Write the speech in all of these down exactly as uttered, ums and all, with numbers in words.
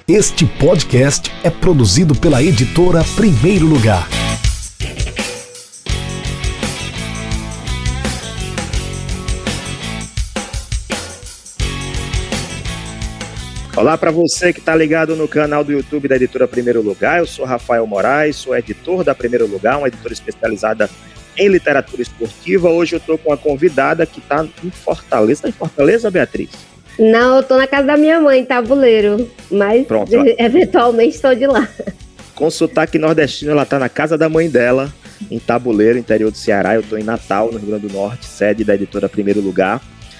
Este podcast é produzido pela editora Primeiro Lugar. Olá para você que está ligado no canal do YouTube da editora Primeiro Lugar. Eu sou Rafael Moraes, sou editor da Primeiro Lugar, uma editora especializada em literatura esportiva. Hoje eu estou com uma convidada que está em Fortaleza. Está em Fortaleza, Beatriz? Não, eu estou na casa da minha mãe, em Tabuleiro, mas Pronto, eventualmente estou de lá. Com sotaque nordestino, ela está na casa da mãe dela, em Tabuleiro, interior do Ceará. Eu estou em Natal, no Rio Grande do Norte, sede da editora Primeiro Lugar.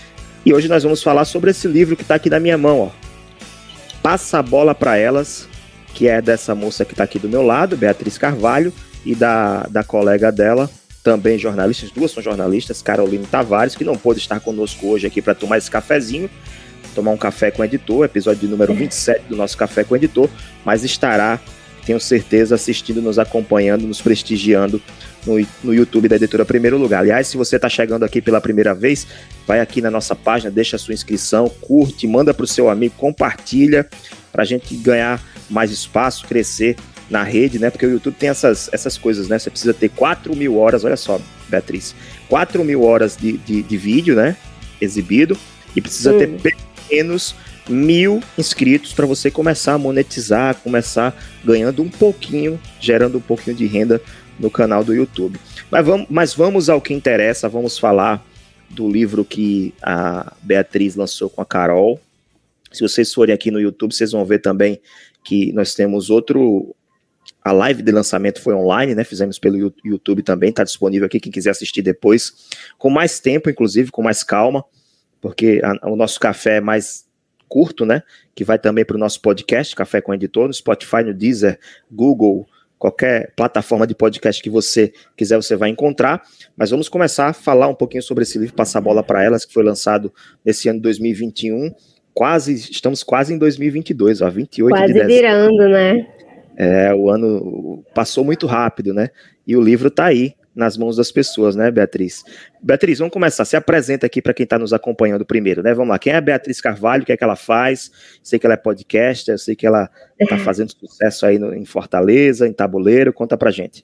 E hoje nós vamos falar sobre esse livro que está aqui na minha mão, ó. Passa a Bola para Elas, que é dessa moça que está aqui do meu lado, Beatriz Carvalho, e da, da colega dela, também jornalista, as duas são jornalistas, Caroline Tavares, que não pôde estar conosco hoje aqui para tomar esse cafezinho, tomar um café com o editor, episódio número vinte e sete do nosso Café com o Editor, mas estará, tenho certeza, assistindo, nos acompanhando, nos prestigiando no, no YouTube da editora Primeiro Lugar. Aliás, se você está chegando aqui pela primeira vez, vai aqui na nossa página, deixa a sua inscrição, curte, manda para o seu amigo, compartilha, para a gente ganhar mais espaço, crescer na rede, né? Porque o YouTube tem essas, essas coisas, né? Você precisa ter quatro mil horas, olha só, Beatriz, quatro mil horas de, de, de vídeo, né? Exibido, e precisa hum. ter pelo menos mil inscritos para você começar a monetizar, começar ganhando um pouquinho, gerando um pouquinho de renda no canal do YouTube. Mas vamos, mas vamos ao que interessa, vamos falar do livro que a Beatriz lançou com a Carol. Se vocês forem aqui no YouTube, vocês vão ver também que nós temos outro... A live de lançamento foi online, né? Fizemos pelo YouTube também, está disponível aqui, quem quiser assistir depois, com mais tempo, inclusive, com mais calma, porque a, o nosso café é mais curto, né? Que vai também para o nosso podcast, Café com o Editor, no Spotify, no Deezer, Google, qualquer plataforma de podcast que você quiser, você vai encontrar. Mas vamos começar a falar um pouquinho sobre esse livro, Passa a Bola para Elas, que foi lançado nesse ano de dois mil e vinte e um. Quase, estamos quase em dois mil e vinte e dois, ó, vinte e oito quase de dezembro. Virando, né? É, o ano passou muito rápido, né? E o livro está aí, nas mãos das pessoas, né, Beatriz? Beatriz, vamos começar. Se apresenta aqui para quem está nos acompanhando primeiro, né? Vamos lá. Quem é a Beatriz Carvalho? O que é que ela faz? Sei que ela é podcaster, eu sei que ela está fazendo sucesso aí no, em Fortaleza, em Tabuleiro. Conta pra gente.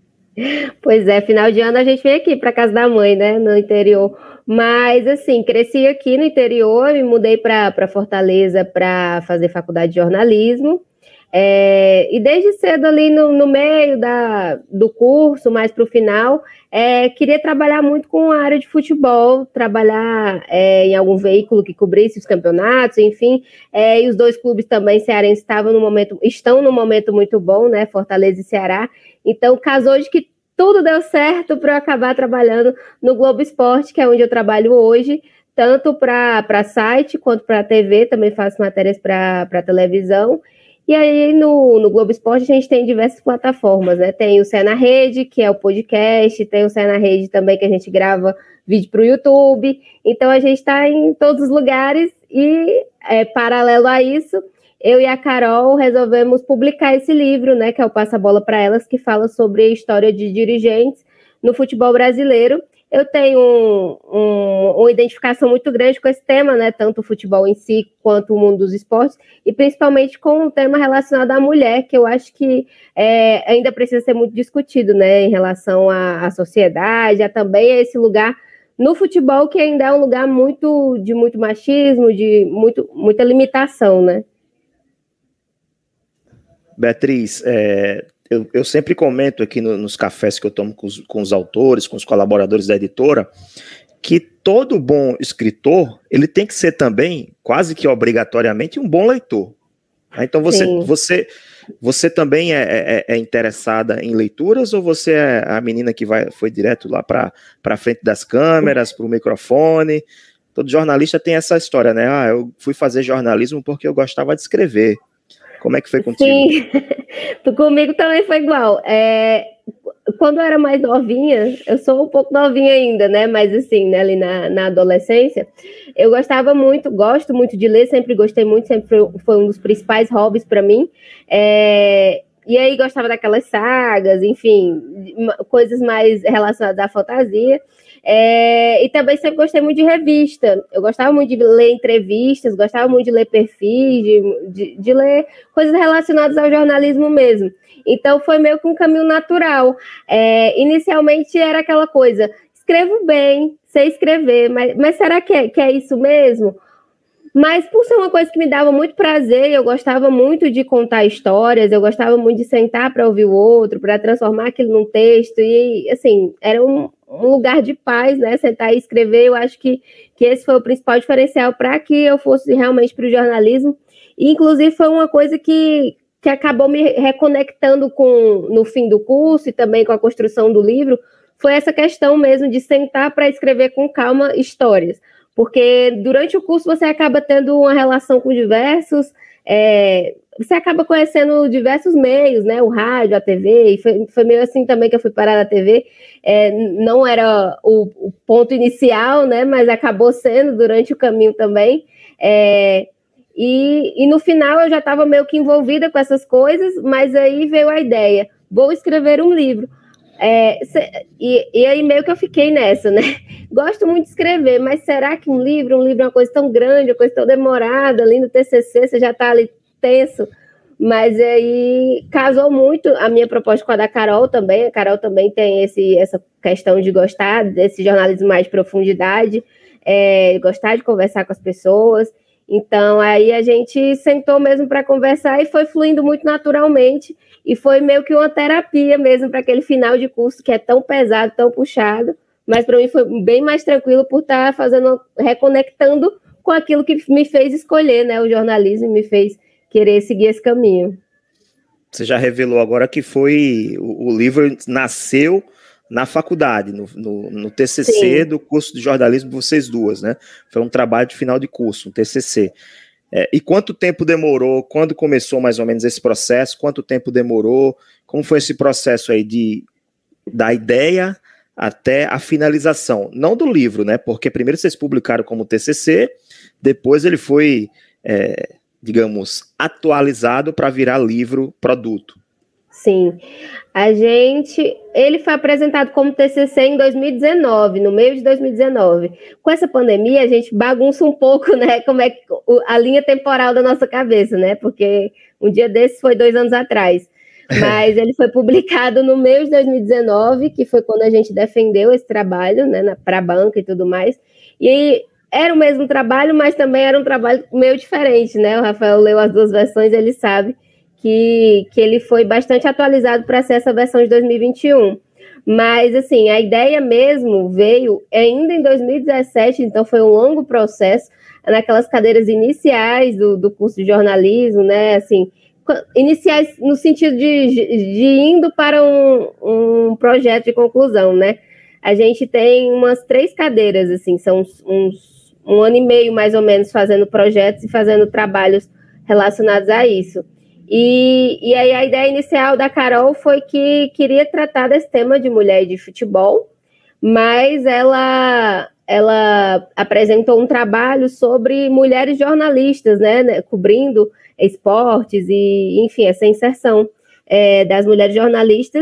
Pois é, final de ano a gente vem aqui para casa da mãe, né, no interior. Mas, assim, cresci aqui no interior, me mudei para Fortaleza para fazer faculdade de jornalismo. É, e desde cedo ali no, no meio da, do curso, mais para o final, é, queria trabalhar muito com a área de futebol, trabalhar é, em algum veículo que cobrisse os campeonatos, enfim, é, e os dois clubes também cearenses estavam no momento, estão num momento muito bom, né, Fortaleza e Ceará, então casou de que tudo deu certo para eu acabar trabalhando no Globo Esporte, que é onde eu trabalho hoje, tanto para site quanto para T V, também faço matérias para televisão. E aí, no, no Globo Esporte, a gente tem diversas plataformas, né? Tem o Cé na Rede, que é o podcast, tem o Cé na Rede também, que a gente grava vídeo para o YouTube. Então, a gente está em todos os lugares e, é, paralelo a isso, eu e a Carol resolvemos publicar esse livro, né? Que é o Passa a Bola para Elas, que fala sobre a história de dirigentes no futebol brasileiro. Eu tenho um, um, uma identificação muito grande com esse tema, né? Tanto o futebol em si, quanto o mundo dos esportes, e principalmente com um tema relacionado à mulher, que eu acho que é, ainda precisa ser muito discutido, né? Em relação à, à sociedade, a também a esse lugar no futebol, que ainda é um lugar muito, de muito machismo, de muito, muita limitação, né? Beatriz, é... Eu, eu sempre comento aqui no, nos cafés que eu tomo com os, com os autores, com os colaboradores da editora, que todo bom escritor, ele tem que ser também, quase que obrigatoriamente, um bom leitor. Então você, você, você também é, é, é interessada em leituras, ou você é a menina que vai, foi direto lá para a frente das câmeras, para o microfone? Todo jornalista tem essa história, né? Ah, eu fui fazer jornalismo porque eu gostava de escrever. Como é que foi contigo? Sim, comigo também foi igual. É, quando eu era mais novinha, eu sou um pouco novinha ainda, né? Mas assim, né, ali na, na adolescência, eu gostava muito, gosto muito de ler, sempre gostei muito, sempre foi, foi um dos principais hobbies para mim. É, e aí gostava daquelas sagas, enfim, coisas mais relacionadas à fantasia. É, e também sempre gostei muito de revista. Eu gostava muito de ler entrevistas, gostava muito de ler perfis, de, de, de ler coisas relacionadas ao jornalismo mesmo. Então foi meio que um caminho natural. É, inicialmente era aquela coisa, escrevo bem, sei escrever, mas, mas será que é, que é isso mesmo? Mas por ser uma coisa que me dava muito prazer, eu gostava muito de contar histórias, eu gostava muito de sentar para ouvir o outro, para transformar aquilo num texto, e assim, era um, um lugar de paz, né, sentar e escrever. Eu acho que, que esse foi o principal diferencial para que eu fosse realmente para o jornalismo, e inclusive foi uma coisa que, que acabou me reconectando com, no fim do curso e também com a construção do livro, foi essa questão mesmo de sentar para escrever com calma histórias. Porque durante o curso você acaba tendo uma relação com diversos, é, você acaba conhecendo diversos meios, né? O rádio, a T V, e foi, foi meio assim também que eu fui parar na T V. É, não era o, o ponto inicial, né? Mas acabou sendo durante o caminho também. É, e, e no final eu já estava meio que envolvida com essas coisas, mas aí veio a ideia, vou escrever um livro. É, e, e aí meio que eu fiquei nessa, né? Gosto muito de escrever, mas será que um livro, um livro é uma coisa tão grande, uma coisa tão demorada, ali no T C C, você já está ali tenso. Mas aí casou muito a minha proposta com a da Carol também. A Carol também tem esse, essa questão de gostar desse jornalismo mais de profundidade, é, gostar de conversar com as pessoas. Então, aí a gente sentou mesmo para conversar e foi fluindo muito naturalmente. E foi meio que uma terapia mesmo para aquele final de curso que é tão pesado, tão puxado. Mas para mim foi bem mais tranquilo por estar fazendo, reconectando com aquilo que me fez escolher, né, o jornalismo, e me fez querer seguir esse caminho. Você já revelou agora que foi o, o livro nasceu na faculdade, no, no, no T C C Sim. do curso de jornalismo de vocês duas, né? Foi um trabalho de final de curso, um T C C. É, e quanto tempo demorou? Quando começou mais ou menos esse processo? Quanto tempo demorou? Como foi esse processo aí de, da ideia até a finalização? Não do livro, né? Porque primeiro vocês publicaram como T C C, depois ele foi, é, digamos, atualizado para virar livro produto. Sim, a gente, ele foi apresentado como T C C em dois mil e dezenove, no meio de dois mil e dezenove. Com essa pandemia, a gente bagunça um pouco, né, como é a linha temporal da nossa cabeça, né, porque um dia desses foi dois anos atrás. Mas ele foi publicado no meio de dois mil e dezenove, que foi quando a gente defendeu esse trabalho, né, para a banca e tudo mais. E aí, era o mesmo trabalho, mas também era um trabalho meio diferente, né, o Rafael leu as duas versões, ele sabe que, que ele foi bastante atualizado para ser essa versão de dois mil e vinte e um. Mas, assim, a ideia mesmo veio ainda em dois mil e dezessete, então foi um longo processo, naquelas cadeiras iniciais do, do curso de jornalismo, né, assim, iniciais no sentido de, de indo para um, um projeto de conclusão, né. A gente tem umas três cadeiras, assim, são uns, uns um ano e meio, mais ou menos, fazendo projetos e fazendo trabalhos relacionados a isso. E, e aí a ideia inicial da Carol foi que queria tratar desse tema de mulher de futebol, mas ela, ela apresentou um trabalho sobre mulheres jornalistas, né, né cobrindo esportes e, enfim, essa inserção é, das mulheres jornalistas.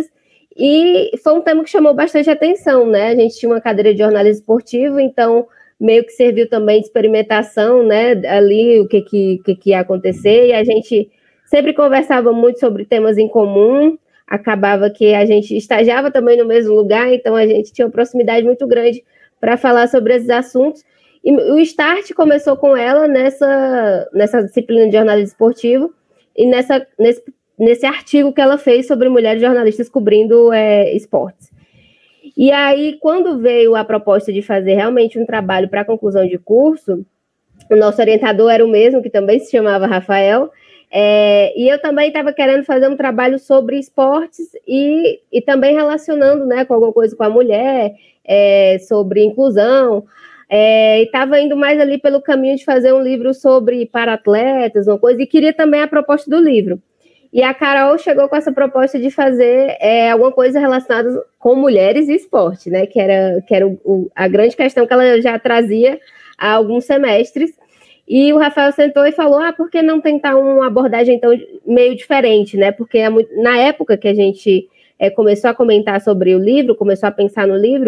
E foi um tema que chamou bastante atenção, né? A gente tinha uma cadeira de jornalismo esportivo, então meio que serviu também de experimentação, né? Ali o que, que, que, que ia acontecer, e a gente sempre conversava muito sobre temas em comum, acabava que a gente estagiava também no mesmo lugar, então a gente tinha uma proximidade muito grande para falar sobre esses assuntos. E o Start começou com ela nessa, nessa disciplina de jornalismo esportivo e nessa, nesse, nesse artigo que ela fez sobre mulheres jornalistas cobrindo é, esportes. E aí, quando veio a proposta de fazer realmente um trabalho para conclusão de curso, o nosso orientador era o mesmo, que também se chamava Rafael, é, e eu também estava querendo fazer um trabalho sobre esportes e, e também relacionando, né, com alguma coisa com a mulher, é, sobre inclusão, é, e estava indo mais ali pelo caminho de fazer um livro sobre para-atletas, uma coisa, e queria também a proposta do livro. E a Carol chegou com essa proposta de fazer é, alguma coisa relacionada com mulheres e esporte, né, que era, que era o, o, a grande questão que ela já trazia há alguns semestres. E o Rafael sentou e falou, ah, por que não tentar uma abordagem então meio diferente, né? Porque na época que a gente é, começou a comentar sobre o livro, começou a pensar no livro,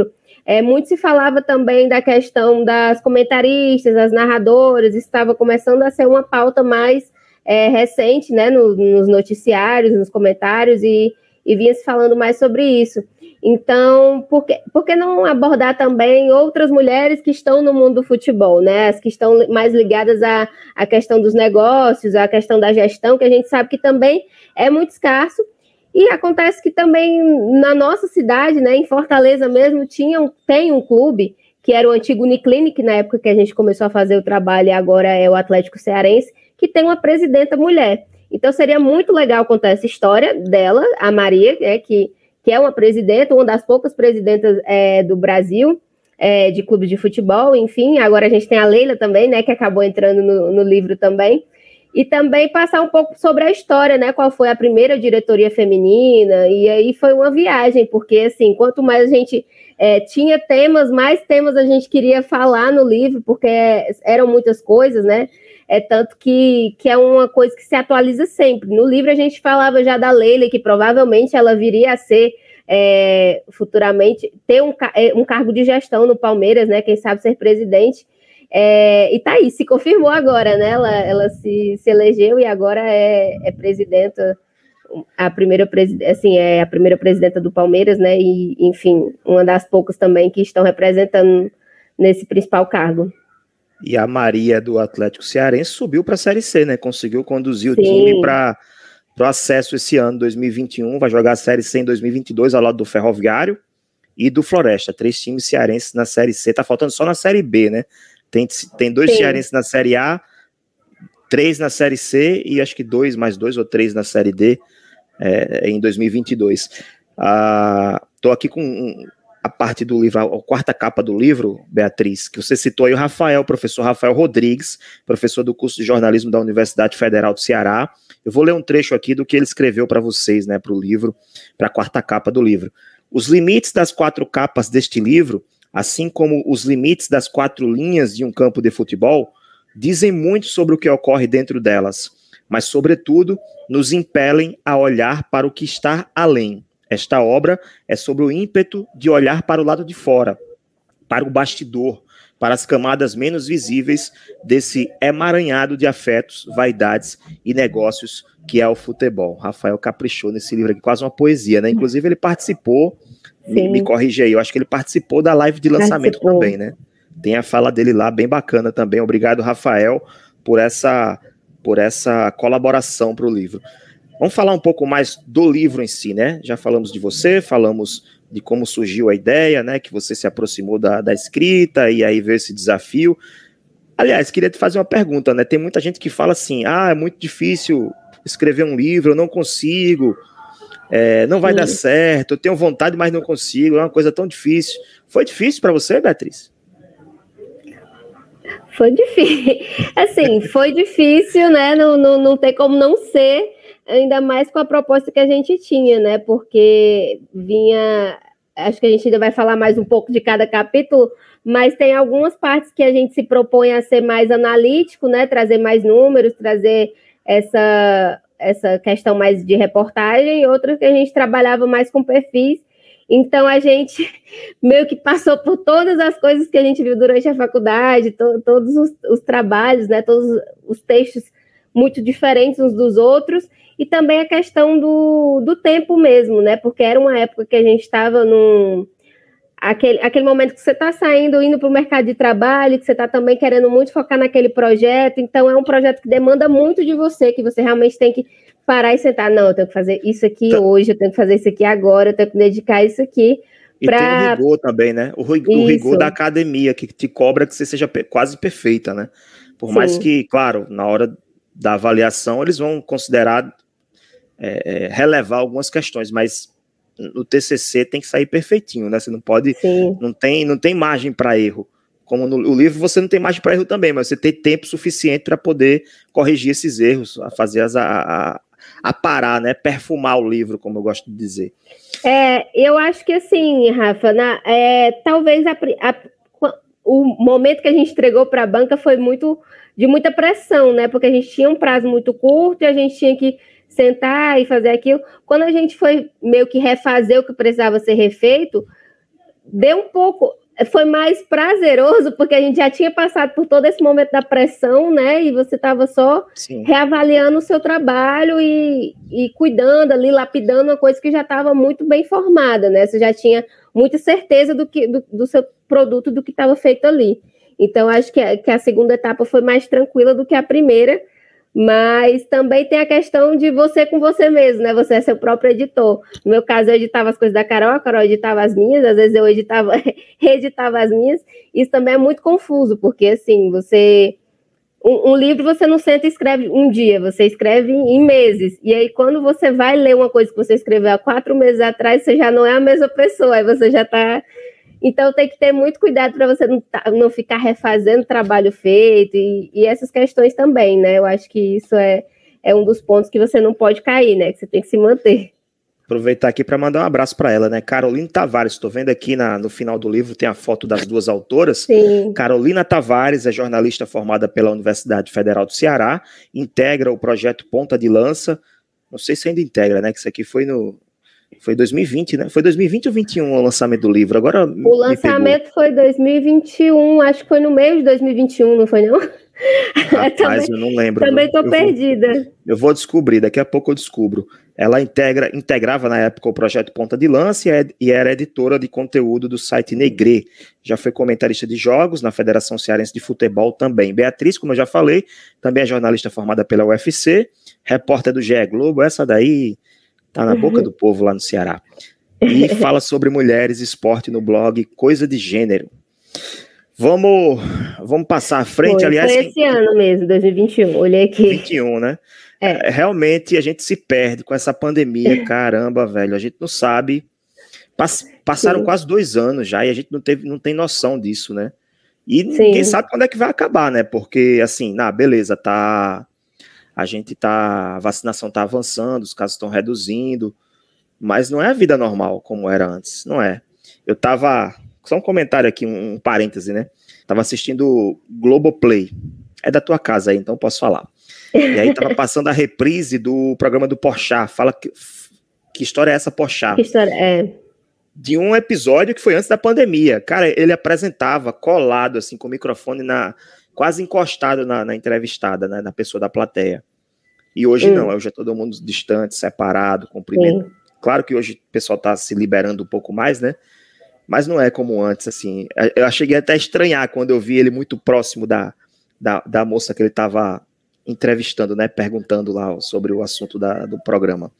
É, muito se falava também da questão das comentaristas, das narradoras, estava começando a ser uma pauta mais é, recente, né, no, nos noticiários, nos comentários, e, e vinha se falando mais sobre isso. Então, por que, por que não abordar também outras mulheres que estão no mundo do futebol, né? As que estão mais ligadas à, à questão dos negócios, à questão da gestão, que a gente sabe que também é muito escasso. E acontece que também na nossa cidade, né, em Fortaleza mesmo, tinha um, tem um clube, que era o antigo Uniclinic, na época que a gente começou a fazer o trabalho, e agora é o Atlético Cearense, que tem uma presidenta mulher. Então, seria muito legal contar essa história dela, a Maria, né, que que é uma presidenta, uma das poucas presidentas é, do Brasil, é, de clubes de futebol, enfim. Agora a gente tem a Leila também, né, que acabou entrando no, no livro também. E também passar um pouco sobre a história, né, qual foi a primeira diretoria feminina, e aí foi uma viagem, porque, assim, quanto mais a gente é, tinha temas, mais temas a gente queria falar no livro, porque eram muitas coisas, né, é tanto que, que é uma coisa que se atualiza sempre. No livro a gente falava já da Leila, que provavelmente ela viria a ser, é, futuramente, ter um, um cargo de gestão no Palmeiras, né, quem sabe ser presidente, é, e tá aí, se confirmou agora, né, ela, ela se, se elegeu e agora é, é presidenta, a primeira, assim, é a primeira presidenta do Palmeiras, né, e, enfim, uma das poucas também que estão representando nesse principal cargo. E a Maria do Atlético Cearense subiu para a Série C, né? Conseguiu conduzir Sim. o time para o acesso esse ano, dois mil e vinte e um. Vai jogar a Série C em dois mil e vinte e dois, ao lado do Ferroviário e do Floresta. Três times cearenses na Série C. Tá faltando só na Série B, né? Tem, tem dois Sim. cearenses na Série A, três na Série C e acho que dois, mais dois ou três na Série D é, em dois mil e vinte e dois. Ah, tô aqui com... Um, a parte do livro, a quarta capa do livro, Beatriz, que você citou aí o Rafael, o professor Rafael Rodrigues, professor do curso de jornalismo da Universidade Federal do Ceará. Eu vou ler um trecho aqui do que ele escreveu para vocês, né, para o livro, para a quarta capa do livro. Os limites das quatro capas deste livro, assim como os limites das quatro linhas de um campo de futebol, dizem muito sobre o que ocorre dentro delas, mas, sobretudo, nos impelem a olhar para o que está além. Esta obra é sobre o ímpeto de olhar para o lado de fora, para o bastidor, para as camadas menos visíveis desse emaranhado de afetos, vaidades e negócios que é o futebol. Rafael caprichou nesse livro aqui, quase uma poesia, né? Inclusive ele participou, me, me corrige aí, eu acho que ele participou da live de lançamento participou. também, né? Tem a fala dele lá, bem bacana também. Obrigado, Rafael, por essa, por essa colaboração para o livro. Vamos falar um pouco mais do livro em si, né? Já falamos de você, falamos de como surgiu a ideia, né? Que você se aproximou da, da escrita e aí veio esse desafio. Aliás, queria te fazer uma pergunta, né? Tem muita gente que fala assim, ah, é muito difícil escrever um livro, eu não consigo, é, não vai Sim. dar certo, eu tenho vontade, mas não consigo, é uma coisa tão difícil. Foi difícil para você, Beatriz? Foi difícil. Assim, foi difícil, né? Não, não, não tem como não ser, ainda mais com a proposta que a gente tinha, né? Porque vinha... Acho que a gente ainda vai falar mais um pouco de cada capítulo, mas tem algumas partes que a gente se propõe a ser mais analítico, né? Trazer mais números, trazer essa, essa questão mais de reportagem, e outras que a gente trabalhava mais com perfis. Então, a gente meio que passou por todas as coisas que a gente viu durante a faculdade, to, todos os, os trabalhos, né? Todos os textos muito diferentes uns dos outros, e também a questão do, do tempo mesmo, né? Porque era uma época que a gente estava num... Aquele, aquele momento que você está saindo, indo para o mercado de trabalho, que você está também querendo muito focar naquele projeto, então é um projeto que demanda muito de você, que você realmente tem que parar e sentar, não, eu tenho que fazer isso aqui tá. hoje, eu tenho que fazer isso aqui agora, eu tenho que dedicar isso aqui. E pra... tem o rigor também, né? O rigor, o rigor da academia, que te cobra que você seja quase perfeita, né? Por Sim. mais que, claro, na hora da avaliação, eles vão considerar é, relevar algumas questões, mas no T C C tem que sair perfeitinho, né? Você não pode, não tem, não tem margem para erro. Como no o livro você não tem margem para erro também, mas você tem tempo suficiente para poder corrigir esses erros, a fazer as, a, a, a parar, né? Perfumar o livro, como eu gosto de dizer. É, eu acho que assim, Rafa, na, é, talvez a, a, o momento que a gente entregou para a banca foi muito de muita pressão, né? Porque a gente tinha um prazo muito curto e a gente tinha que sentar e fazer aquilo. Quando a gente foi meio que refazer o que precisava ser refeito, deu um pouco, foi mais prazeroso, porque a gente já tinha passado por todo esse momento da pressão, né, e você estava só Sim. reavaliando o seu trabalho e, e cuidando ali, lapidando uma coisa que já estava muito bem formada, né, você já tinha muita certeza do, que, do, do seu produto, do que estava feito ali. Então, acho que a, que a segunda etapa foi mais tranquila do que a primeira, mas também tem a questão de você com você mesmo, né? Você é seu próprio editor. No meu caso, eu editava as coisas da Carol, a Carol editava as minhas, às vezes eu editava, reeditava as minhas. Isso também é muito confuso, porque, assim, você... Um, um livro você não senta e escreve um dia, você escreve em meses. E aí, quando você vai ler uma coisa que você escreveu há quatro meses atrás, você já não é a mesma pessoa, aí você já está... Então, tem que ter muito cuidado para você não, não ficar refazendo o trabalho feito e, e essas questões também, né? Eu acho que isso é, é um dos pontos que você não pode cair, né? Que você tem que se manter. Aproveitar aqui para mandar um abraço para ela, né? Carolina Tavares, estou vendo aqui na, no final do livro, tem a foto das duas autoras. Sim. Carolina Tavares é jornalista formada pela Universidade Federal do Ceará, integra o projeto Ponta de Lança, não sei se ainda integra, né? Que isso aqui foi no... Foi dois mil e vinte, né? Foi dois mil e vinte ou vinte e um o lançamento do livro? Agora o lançamento foi dois mil e vinte e um, acho que foi no meio de dois mil e vinte e um, não foi não? Rapaz, também, eu não lembro. Também estou perdida. Vou, eu vou descobrir, daqui a pouco eu descubro. Ela integra, integrava na época o projeto Ponta de Lança e, é, e era editora de conteúdo do site Negre. Já foi comentarista de jogos na Federação Cearense de Futebol também. Beatriz, como eu já falei, também é jornalista formada pela U F C, repórter do G E Globo, essa daí... Tá na boca do povo lá no Ceará. E fala sobre mulheres e esporte no blog Coisa de Gênero. Vamos, vamos passar à frente, foi, aliás... Foi esse que... ano mesmo, dois mil e vinte e um, olhei aqui. vinte e um, né? É. Realmente a gente se perde com essa pandemia, caramba, velho. A gente não sabe. Pass, passaram Sim. quase dois anos já e a gente não, teve, não tem noção disso, né? E Sim. ninguém sabe quando é que vai acabar, né? Porque, assim, na beleza, tá... A gente tá, a vacinação está avançando, os casos estão reduzindo, mas não é a vida normal como era antes, não é. Eu tava, só um comentário aqui, um, um parêntese, né? Tava assistindo Globoplay, é da tua casa aí, então posso falar. E aí tava passando a reprise do programa do Porchat, fala que, que história é essa, Porchat? Que história é? De um episódio que foi antes da pandemia. Cara, ele apresentava colado, assim, com o microfone na... quase encostado na, na entrevistada, né, na pessoa da plateia. E hoje hum. não, hoje é todo mundo distante, separado, cumprimento. Sim. Claro que hoje o pessoal está se liberando um pouco mais, né, mas não é como antes, assim. Eu cheguei até a estranhar quando eu vi ele muito próximo da, da, da moça que ele estava entrevistando, né, perguntando lá sobre o assunto da, do programa.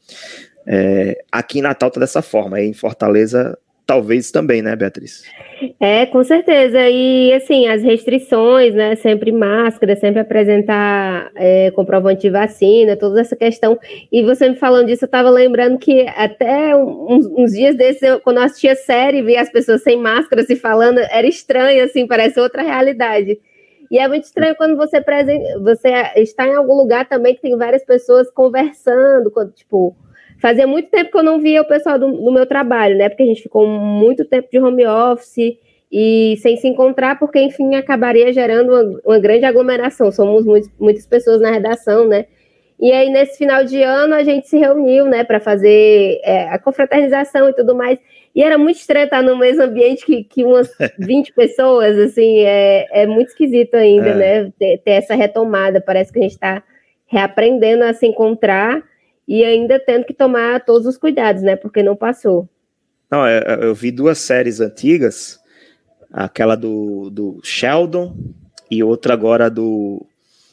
É, aqui em Natal tá dessa forma, aí em Fortaleza... Talvez também, né, Beatriz? É, com certeza. E, assim, as restrições, né, sempre máscara, sempre apresentar é, comprovante de vacina, toda essa questão. E você me falando disso, eu estava lembrando que até uns, uns dias desses, eu, quando eu assistia série e via as pessoas sem máscara se falando, era estranho, assim, parece outra realidade. E é muito estranho quando você, presen- você está em algum lugar também que tem várias pessoas conversando, quando, tipo... Fazia muito tempo que eu não via o pessoal do, do meu trabalho, né? Porque a gente ficou muito tempo de home office e sem se encontrar, porque, enfim, acabaria gerando uma, uma grande aglomeração. Somos muito, muitas pessoas na redação, né? E aí, nesse final de ano, a gente se reuniu, né? Para fazer é, a confraternização e tudo mais. E era muito estranho estar no mesmo ambiente que, que umas vinte pessoas, assim. É, é muito esquisito ainda, é. né? Ter, ter essa retomada. Parece que a gente está reaprendendo a se encontrar e ainda tendo que tomar todos os cuidados, né? Porque não passou. Não, eu, eu vi duas séries antigas, aquela do, do Sheldon e outra agora do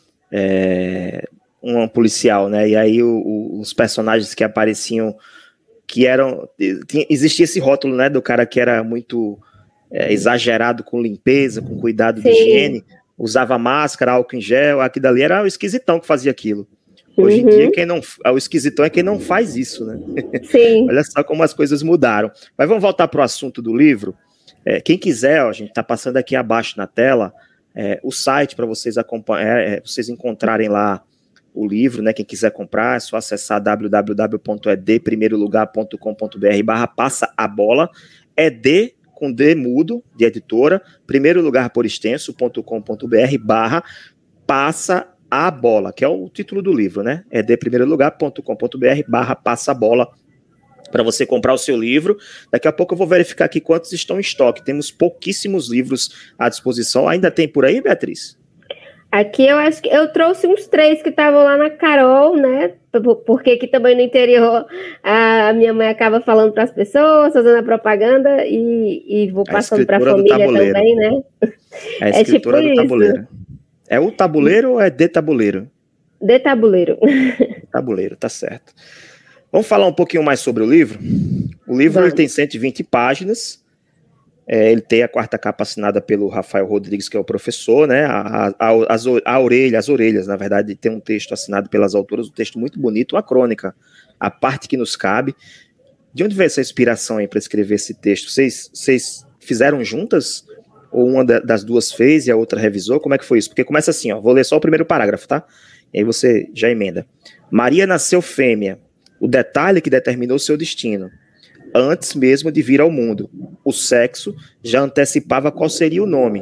é, um policial, né? E aí o, o, os personagens que apareciam, que eram... Tinha, existia esse rótulo, né? Do cara que era muito é, exagerado com limpeza, com cuidado Sim. de higiene, usava máscara, álcool em gel, aquilo dali era o esquisitão que fazia aquilo. Hoje uhum. em dia, quem não, o esquisitão é quem não faz isso, né? Sim. Olha só como as coisas mudaram. Mas vamos voltar para o assunto do livro. É, quem quiser, ó, a gente está passando aqui abaixo na tela, é, o site para vocês acompanhar, é, vocês encontrarem lá o livro, né? Quem quiser comprar, é só acessar w w w ponto e d primeiro lugar ponto com ponto b r barra passa a bola. É D com D mudo, de editora, primeiro lugar por extenso, ponto com ponto b r barra passa a bola, que é o título do livro, né? É de primeiro lugar ponto com ponto b r barra passa a bola. para você comprar o seu livro. Daqui a pouco eu vou verificar aqui quantos estão em estoque. Temos pouquíssimos livros à disposição. Ainda tem por aí, Beatriz? Aqui eu acho que eu trouxe uns três que estavam lá na Carol, né? Porque aqui também no interior a minha mãe acaba falando para as pessoas, fazendo a propaganda e, e vou passando para a família também, né? É a escritura é tipo do tabuleiro. Isso. É o tabuleiro ou é de tabuleiro? De tabuleiro. Tabuleiro, tá certo. Vamos falar um pouquinho mais sobre o livro? O livro ele tem cento e vinte páginas. É, ele tem a quarta capa assinada pelo Rafael Rodrigues, que é o professor, né? A, a, as, a orelha, as orelhas, na verdade, tem um texto assinado pelas autoras, um texto muito bonito, uma crônica, a parte que nos cabe. De onde veio essa inspiração aí para escrever esse texto? Vocês, vocês fizeram juntas? Ou uma das duas fez e a outra revisou? Como é que foi isso? Porque começa assim, ó, vou ler só o primeiro parágrafo, tá? E aí você já emenda. Maria nasceu fêmea, o detalhe que determinou seu destino. Antes mesmo de vir ao mundo, o sexo já antecipava qual seria o nome,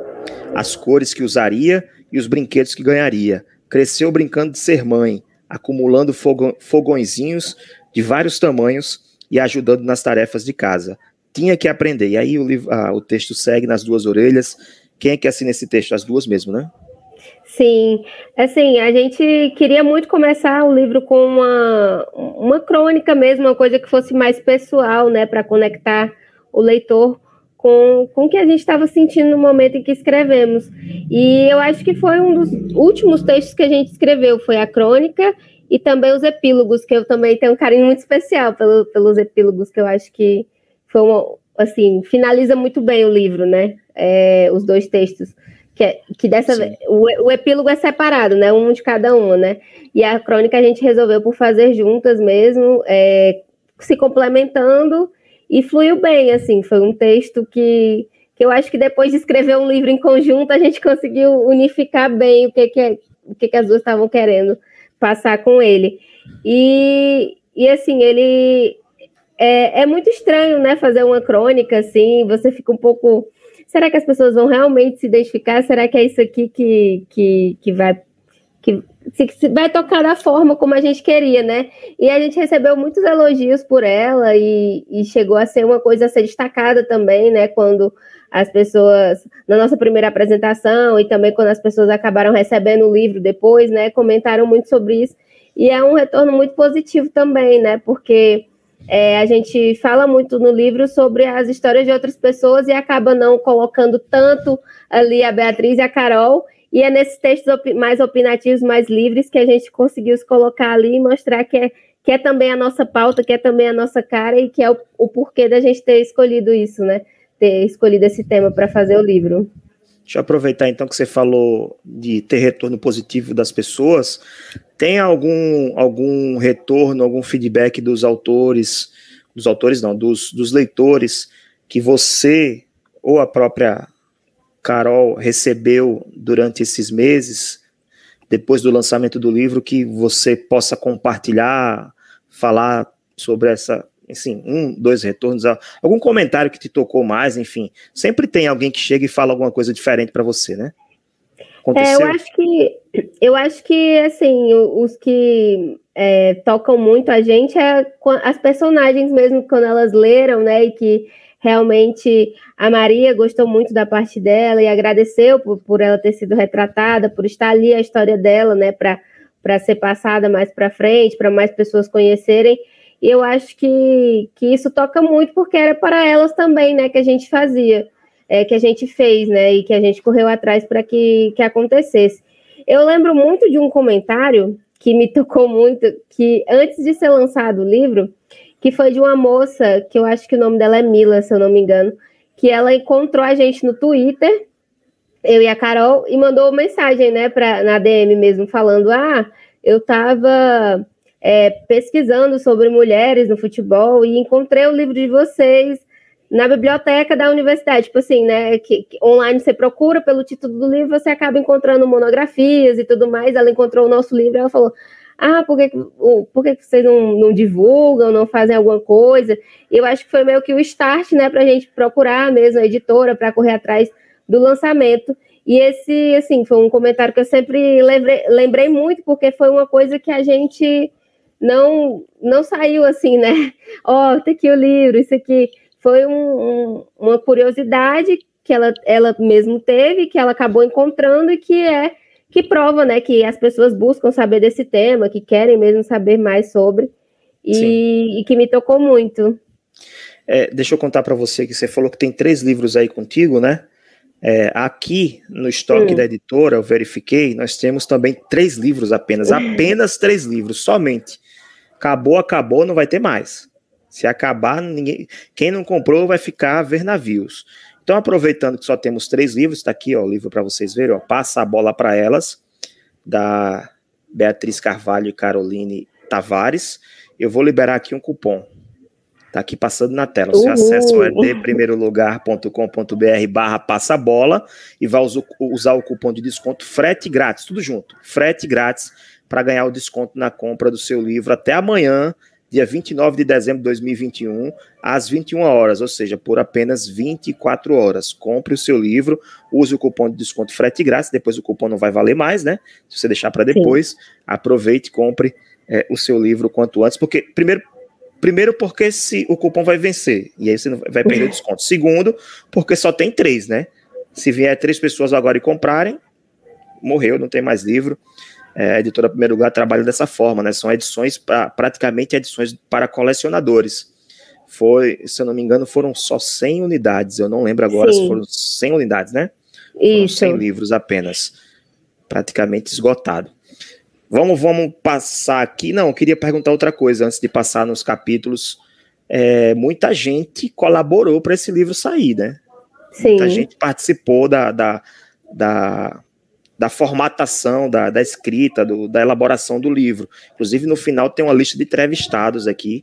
as cores que usaria e os brinquedos que ganharia. Cresceu brincando de ser mãe, acumulando fogo- fogõezinhos de vários tamanhos e ajudando nas tarefas de casa. Tinha que aprender. E aí o, livro, ah, o texto segue nas duas orelhas. Quem é que assina esse texto? As duas mesmo, né? Sim, assim, a gente queria muito começar o livro com uma, uma crônica mesmo, uma coisa que fosse mais pessoal, né, para conectar o leitor com, com o que a gente estava sentindo no momento em que escrevemos. E eu acho que foi um dos últimos textos que a gente escreveu, foi a crônica e também os epílogos, que eu também tenho um carinho muito especial pelo, pelos epílogos, que eu acho que foi uma, assim, finaliza muito bem o livro, né, é, os dois textos. Que, que dessa vez, o, o epílogo é separado, né? Um de cada uma, né? E a crônica a gente resolveu por fazer juntas mesmo, é, se complementando, e fluiu bem, assim. Foi um texto que, que eu acho que depois de escrever um livro em conjunto, a gente conseguiu unificar bem o que, que, o que, que as duas estavam querendo passar com ele. E, e assim, ele... É, é muito estranho, né? Fazer uma crônica, assim, você fica um pouco... Será que as pessoas vão realmente se identificar? Será que é isso aqui que, que, que, vai, que se, vai tocar da forma como a gente queria, né? E a gente recebeu muitos elogios por ela e, e chegou a ser uma coisa a ser destacada também, né? Quando as pessoas, na nossa primeira apresentação e também quando as pessoas acabaram recebendo o livro depois, né? Comentaram muito sobre isso. E é um retorno muito positivo também, né? Porque... É, a gente fala muito no livro sobre as histórias de outras pessoas e acaba não colocando tanto ali a Beatriz e a Carol, e é nesses textos op- mais opinativos, mais livres, que a gente conseguiu se colocar ali e mostrar que é, que é também a nossa pauta, que é também a nossa cara e que é o, o porquê da gente ter escolhido isso, né? Ter escolhido esse tema para fazer o livro. Deixa eu aproveitar então que você falou de ter retorno positivo das pessoas. Tem algum, algum retorno, algum feedback dos autores, dos autores não, dos, dos leitores, que você ou a própria Carol recebeu durante esses meses, depois do lançamento do livro, que você possa compartilhar, falar sobre essa... Assim, um, dois retornos, algum comentário que te tocou mais, enfim, sempre tem alguém que chega e fala alguma coisa diferente para você, né? É, eu acho que, eu acho que, assim, os que é, tocam muito a gente é as personagens mesmo, quando elas leram, né, e que realmente a Maria gostou muito da parte dela e agradeceu por, por ela ter sido retratada, por estar ali a história dela, né, para para ser passada mais para frente, para mais pessoas conhecerem. E eu acho que, que isso toca muito, porque era para elas também, né, que a gente fazia, é, que a gente fez, né, e que a gente correu atrás para que, que acontecesse. Eu lembro muito de um comentário que me tocou muito, que antes de ser lançado o livro, que foi de uma moça, que eu acho que o nome dela é Mila, se eu não me engano, que ela encontrou a gente no Twitter, eu e a Carol, e mandou mensagem, né, pra, na D M mesmo, falando, ah, eu estava... É, pesquisando sobre mulheres no futebol e encontrei o livro de vocês na biblioteca da universidade, tipo assim, né, que, que online você procura pelo título do livro, você acaba encontrando monografias e tudo mais. Ela encontrou o nosso livro e ela falou, ah, por que, por que vocês não, não divulgam, não fazem alguma coisa? E eu acho que foi meio que o start, né, pra gente procurar mesmo a editora, para correr atrás do lançamento. E esse, assim, foi um comentário que eu sempre lembrei, lembrei muito, porque foi uma coisa que a gente... não, não saiu assim, né? Ó, oh, tá aqui o livro, isso aqui. Foi um, um, uma curiosidade que ela, ela mesmo teve, que ela acabou encontrando e que é que prova, né, que as pessoas buscam saber desse tema, que querem mesmo saber mais sobre, e, e que me tocou muito. É, deixa eu contar para você que você falou que tem três livros aí contigo, né? É, aqui no estoque hum. da editora, eu verifiquei, nós temos também três livros apenas, apenas três livros, somente. Acabou, acabou, não vai ter mais. Se acabar, ninguém, quem não comprou vai ficar a ver navios. Então, aproveitando que só temos três livros, está aqui ó, o livro para vocês verem, ó, Passa a Bola para Elas, da Beatriz Carvalho e Caroline Tavares. Eu vou liberar aqui um cupom. Está aqui passando na tela. Você uhum. acessa o ed primeiro lugar ponto com ponto b r barra passa bola e vai usar o cupom de desconto frete grátis, tudo junto, frete grátis, para ganhar o desconto na compra do seu livro até amanhã, dia vinte e nove de dezembro de dois mil e vinte e um, às vinte e uma horas, ou seja, por apenas vinte e quatro horas. Compre o seu livro, use o cupom de desconto frete grátis, depois o cupom não vai valer mais, né? Se você deixar para depois, sim, aproveite e compre é, o seu livro quanto antes, porque, primeiro, primeiro porque se o cupom vai vencer, e aí você não vai perder o desconto. Segundo, porque só tem três, né? Se vier três pessoas agora e comprarem, morreu, não tem mais livro. É, a editora Primeiro Lugar trabalha dessa forma, né? São edições, pra, praticamente edições para colecionadores. Foi, se eu não me engano, foram só cem unidades. Eu não lembro agora Sim. se foram cem unidades, né? Foram Isso. cem livros apenas. Praticamente esgotado. Vamos, vamos passar aqui. Não, eu queria perguntar outra coisa antes de passar nos capítulos. É, muita gente colaborou para esse livro sair, né? Sim. Muita gente participou da... da, da da formatação, da, da escrita, do, da elaboração do livro. Inclusive, no final tem uma lista de entrevistados aqui.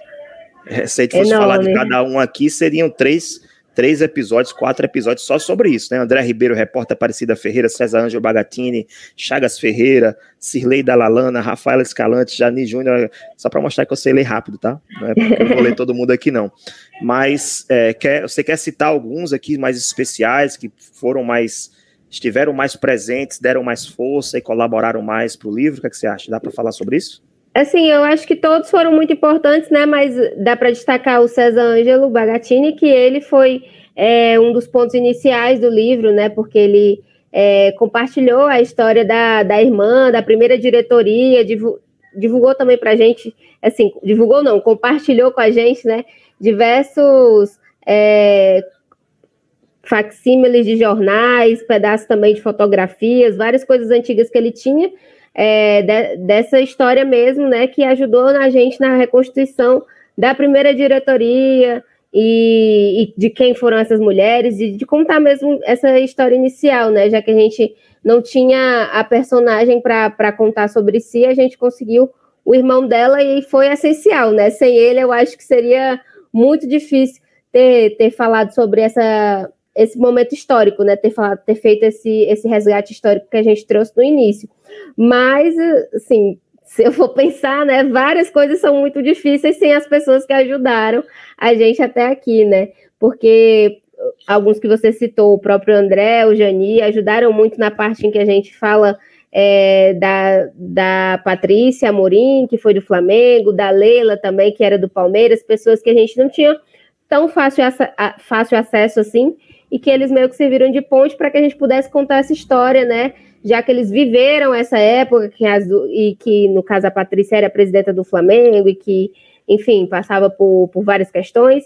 É, se a gente fosse Enorme. falar de cada um aqui, seriam três, três episódios, quatro episódios só sobre isso, né? André Ribeiro, repórter Aparecida Ferreira, César Ângelo Bagatini, Chagas Ferreira, Cirlei Dalalana, Rafaela Escalante, Jani Júnior, só para mostrar que eu sei ler rápido, tá? Não é porque eu vou ler todo mundo aqui, não. Mas é, quer, você quer citar alguns aqui mais especiais, que foram mais... estiveram mais presentes, deram mais força e colaboraram mais para o livro? O que, é que você acha? Dá para falar sobre isso? Assim, eu acho que todos foram muito importantes, né? Mas dá para destacar o César Ângelo Bagatini, que ele foi é, um dos pontos iniciais do livro, né? Porque ele é, compartilhou a história da, da irmã, da primeira diretoria, divulgou, divulgou também para a gente, assim, divulgou não, compartilhou com a gente, né? Diversos... É, facsímiles de jornais, pedaços também de fotografias, várias coisas antigas que ele tinha, é, de, dessa história mesmo, né, que ajudou a gente na reconstituição da primeira diretoria e, e de quem foram essas mulheres, e de contar mesmo essa história inicial, né, já que a gente não tinha a personagem para contar sobre si, a gente conseguiu o irmão dela e foi essencial, né, sem ele eu acho que seria muito difícil ter, ter falado sobre essa... esse momento histórico, né, ter, falado, ter feito esse, esse resgate histórico que a gente trouxe no início. Mas, assim, se eu for pensar, né, várias coisas são muito difíceis sem as pessoas que ajudaram a gente até aqui, né, porque alguns que você citou, o próprio André, o Jani, ajudaram muito na parte em que a gente fala é, da, da Patrícia Amorim, que foi do Flamengo, da Leila também, que era do Palmeiras, pessoas que a gente não tinha tão fácil, fácil acesso assim, e que eles meio que serviram de ponte para que a gente pudesse contar essa história, né, já que eles viveram essa época, que as, e que, no caso, a Patrícia era presidenta do Flamengo, e que, enfim, passava por, por várias questões,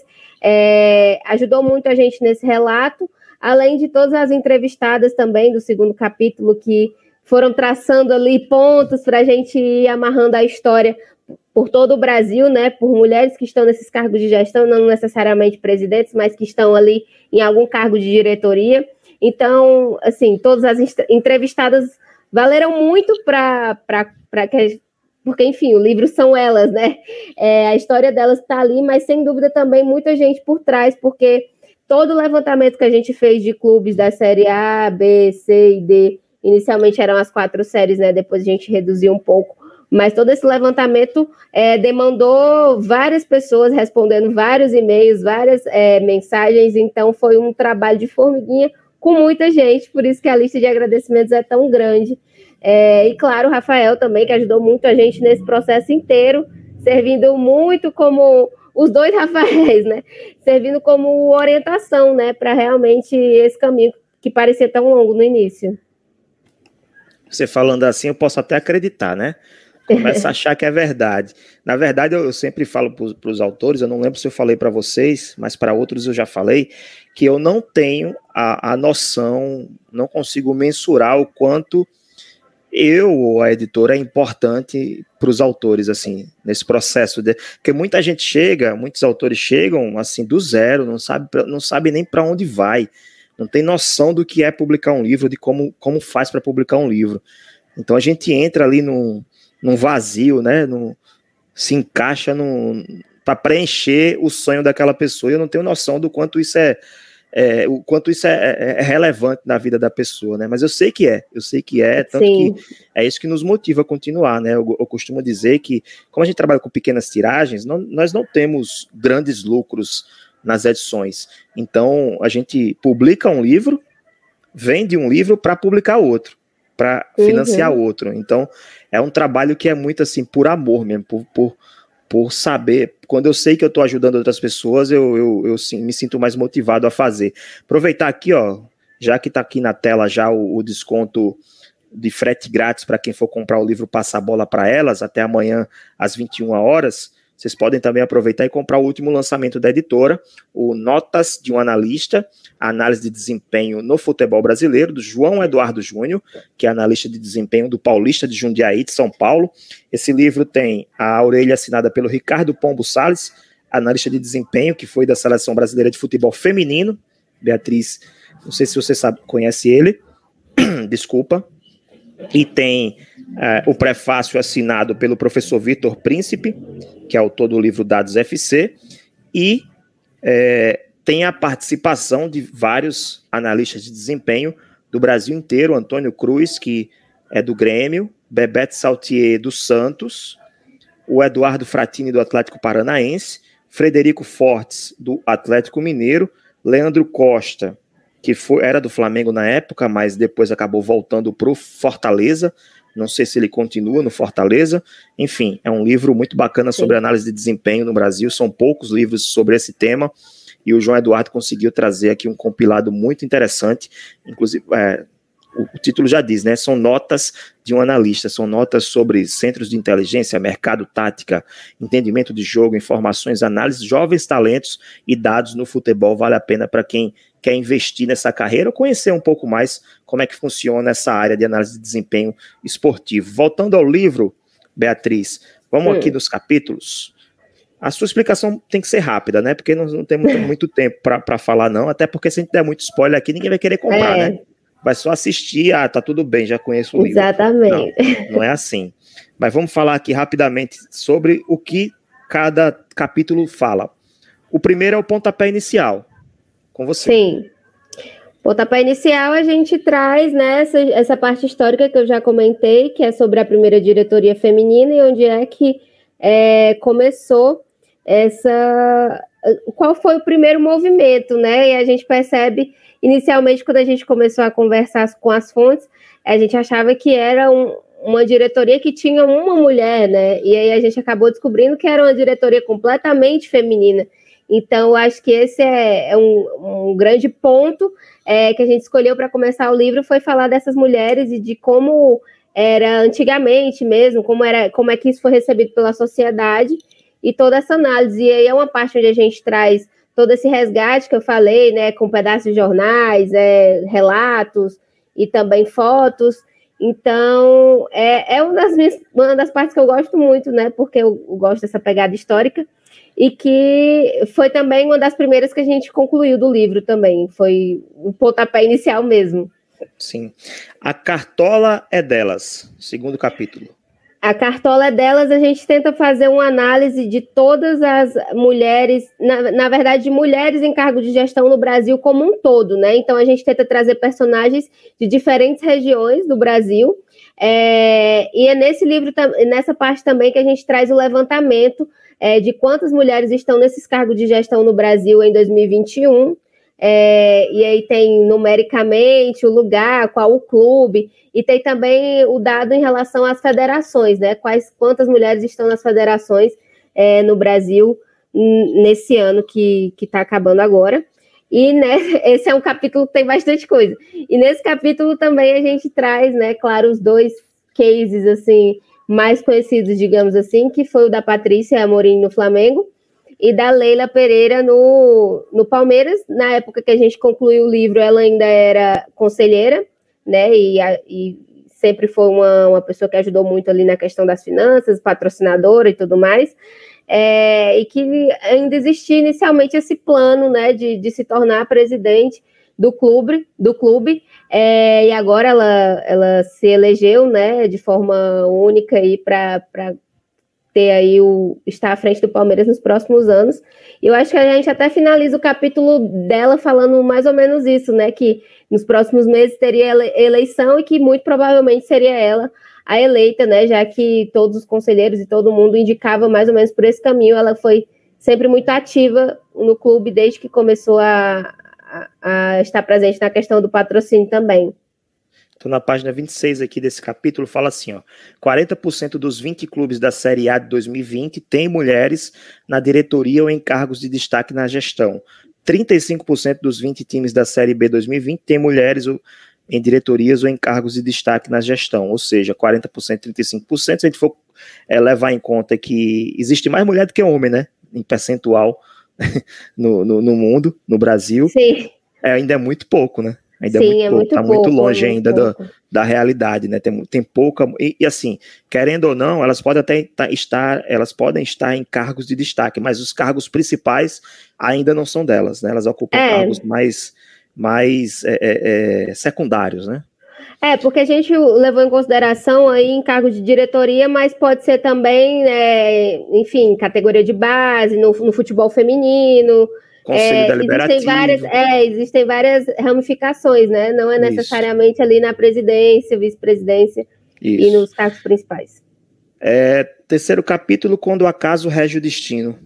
é, ajudou muito a gente nesse relato, além de todas as entrevistadas também do segundo capítulo, que foram traçando ali pontos para a gente ir amarrando a história por todo o Brasil, né, por mulheres que estão nesses cargos de gestão, não necessariamente presidentes, mas que estão ali em algum cargo de diretoria. Então, assim, todas as entrevistadas valeram muito para que... Porque, enfim, o livro são elas, né? É, a história delas está ali, mas, sem dúvida, também muita gente por trás, porque todo o levantamento que a gente fez de clubes da série A, B, C e D, inicialmente eram as quatro séries, né? Depois a gente reduziu um pouco, mas todo esse levantamento é, demandou várias pessoas respondendo vários e-mails, várias é, mensagens, então foi um trabalho de formiguinha com muita gente, por isso que a lista de agradecimentos é tão grande. É, e claro, o Rafael também, que ajudou muito a gente nesse processo inteiro, servindo muito como os dois Rafaéis, né? Servindo como orientação, né? Para realmente esse caminho que parecia tão longo no início. Você falando assim, eu posso até acreditar, né? Começa a achar que é verdade. Na verdade, eu, eu sempre falo para os autores, eu não lembro se eu falei para vocês, mas para outros eu já falei, que eu não tenho a, a noção, não consigo mensurar o quanto eu ou a editora é importante para os autores, assim, nesse processo. De, porque muita gente chega, muitos autores chegam, assim, do zero, não sabe, não sabe nem para onde vai, não tem noção do que é publicar um livro, de como, como faz para publicar um livro. Então a gente entra ali num, num vazio, né, num, se encaixa para preencher o sonho daquela pessoa, e eu não tenho noção do quanto isso é, é o quanto isso é, é, é relevante na vida da pessoa, né, mas eu sei que é, eu sei que é, tanto Sim. que é isso que nos motiva a continuar, né, eu, eu costumo dizer que, como a gente trabalha com pequenas tiragens, não, nós não temos grandes lucros nas edições, então a gente publica um livro, vende um livro para publicar outro, para financiar uhum. outro. Então, é um trabalho que é muito assim, por amor mesmo, por, por, por saber. Quando eu sei que eu estou ajudando outras pessoas, eu, eu, eu sim, me sinto mais motivado a fazer. Aproveitar aqui, ó, já que está aqui na tela já o, o desconto de frete grátis para quem for comprar o livro Passa a Bola para Elas, até amanhã às vinte e uma horas, vocês podem também aproveitar e comprar o último lançamento da editora, o Notas de um Analista, a análise de desempenho no futebol brasileiro, do João Eduardo Júnior, que é analista de desempenho do Paulista de Jundiaí, de São Paulo. Esse livro tem a orelha assinada pelo Ricardo Pombo Salles, analista de desempenho, que foi da Seleção Brasileira de Futebol Feminino. Beatriz, não sei se você sabe, conhece ele, desculpa. E tem uh, o prefácio assinado pelo professor Vitor Príncipe, que é autor do livro Dados F C, e é, tem a participação de vários analistas de desempenho do Brasil inteiro, Antônio Cruz, que é do Grêmio, Bebete Saltier do Santos, o Eduardo Fratini do Atlético Paranaense, Frederico Fortes do Atlético Mineiro, Leandro Costa, que foi, era do Flamengo na época, mas depois acabou voltando para o Fortaleza, não sei se ele continua no Fortaleza, enfim, é um livro muito bacana sobre Sim. análise de desempenho no Brasil, são poucos livros sobre esse tema, e o João Eduardo conseguiu trazer aqui um compilado muito interessante, inclusive, é, o título já diz, né, são notas de um analista, são notas sobre centros de inteligência, mercado, tática, entendimento de jogo, informações, análise, jovens talentos e dados no futebol, vale a pena para quem quer investir nessa carreira ou conhecer um pouco mais como é que funciona essa área de análise de desempenho esportivo. Voltando ao livro, Beatriz, vamos Sim. aqui nos capítulos. A sua explicação tem que ser rápida, né? Porque nós não temos muito tempo para falar, não. Até porque se a gente der muito spoiler aqui, ninguém vai querer comprar, é. né? Vai só assistir, ah, tá tudo bem, já conheço o livro. Exatamente. Não, não é assim. Mas vamos falar aqui rapidamente sobre o que cada capítulo fala. O primeiro é o pontapé inicial. Com você. Sim. Pontapé inicial, a gente traz, né, essa, essa parte histórica que eu já comentei, que é sobre a primeira diretoria feminina e onde é que é, começou essa... Qual foi o primeiro movimento, né? E a gente percebe, inicialmente, quando a gente começou a conversar com as fontes, a gente achava que era um, uma diretoria que tinha uma mulher, né? E aí a gente acabou descobrindo que era uma diretoria completamente feminina. Então, eu acho que esse é, é um, um grande ponto é, que a gente escolheu para começar o livro, foi falar dessas mulheres e de como era antigamente mesmo, como, era, como é que isso foi recebido pela sociedade e toda essa análise. E aí é uma parte onde a gente traz todo esse resgate que eu falei, né, com pedaços de jornais, é, relatos e também fotos. Então, é, é uma, das minhas, uma das partes que eu gosto muito, né, porque eu, eu gosto dessa pegada histórica. E que foi também uma das primeiras que a gente concluiu do livro também. Foi o pontapé inicial mesmo. Sim. A cartola é delas, segundo capítulo. A cartola é delas, a gente tenta fazer uma análise de todas as mulheres, na, na verdade, de mulheres em cargo de gestão no Brasil como um todo, né? Então, a gente tenta trazer personagens de diferentes regiões do Brasil. É, e é nesse livro, nessa parte também, que a gente traz o levantamento É, de quantas mulheres estão nesses cargos de gestão no Brasil em dois mil e vinte e um, É, e aí tem numericamente o lugar, qual o clube, e tem também o dado em relação às federações, né? Quais, quantas mulheres estão nas federações é, no Brasil nesse ano que está acabando agora. E né, esse é um capítulo que tem bastante coisa. E nesse capítulo também a gente traz, né, claro, os dois cases assim, mais conhecidos, digamos assim, que foi o da Patrícia Amorim no Flamengo e da Leila Pereira no, no Palmeiras. Na época que a gente concluiu o livro, ela ainda era conselheira, né, e, a, e sempre foi uma, uma pessoa que ajudou muito ali na questão das finanças, patrocinadora e tudo mais. É, e que ainda existia inicialmente esse plano, né, de, de se tornar presidente do clube, do clube é, e agora ela, ela se elegeu, né, de forma única para ter aí o estar à frente do Palmeiras nos próximos anos. E eu acho que a gente até finaliza o capítulo dela falando mais ou menos isso, né, que nos próximos meses teria eleição e que muito provavelmente seria ela a eleita, né, já que todos os conselheiros e todo mundo indicava mais ou menos por esse caminho. Ela foi sempre muito ativa no clube desde que começou a, a, a estar presente na questão do patrocínio também. Então, na página vinte e seis aqui desse capítulo, fala assim, ó, quarenta por cento dos vinte clubes da Série A de dois mil e vinte têm mulheres na diretoria ou em cargos de destaque na gestão. trinta e cinco por cento dos vinte times da Série B dois mil e vinte têm mulheres ou em diretorias ou em cargos de destaque na gestão, ou seja, quarenta por cento, trinta e cinco por cento, se a gente for é, levar em conta que existe mais mulher do que homem, né, em percentual no, no, no mundo, no Brasil, Sim. É, ainda é muito pouco, né, ainda Sim, é muito pouco, está muito longe é muito ainda da, da realidade, né, tem, tem pouca, e, e assim, querendo ou não, elas podem até estar, elas podem estar em cargos de destaque, mas os cargos principais ainda não são delas, né, elas ocupam é. cargos mais... mais é, é, secundários, né? É, porque a gente levou em consideração aí em cargo de diretoria, mas pode ser também, é, enfim, categoria de base, no, no futebol feminino. Conselho é, deliberativo. Existem várias, é, existem várias ramificações, né? Não é necessariamente Isso. ali na presidência, vice-presidência e nos cargos principais. É, terceiro capítulo, quando o acaso rege o destino.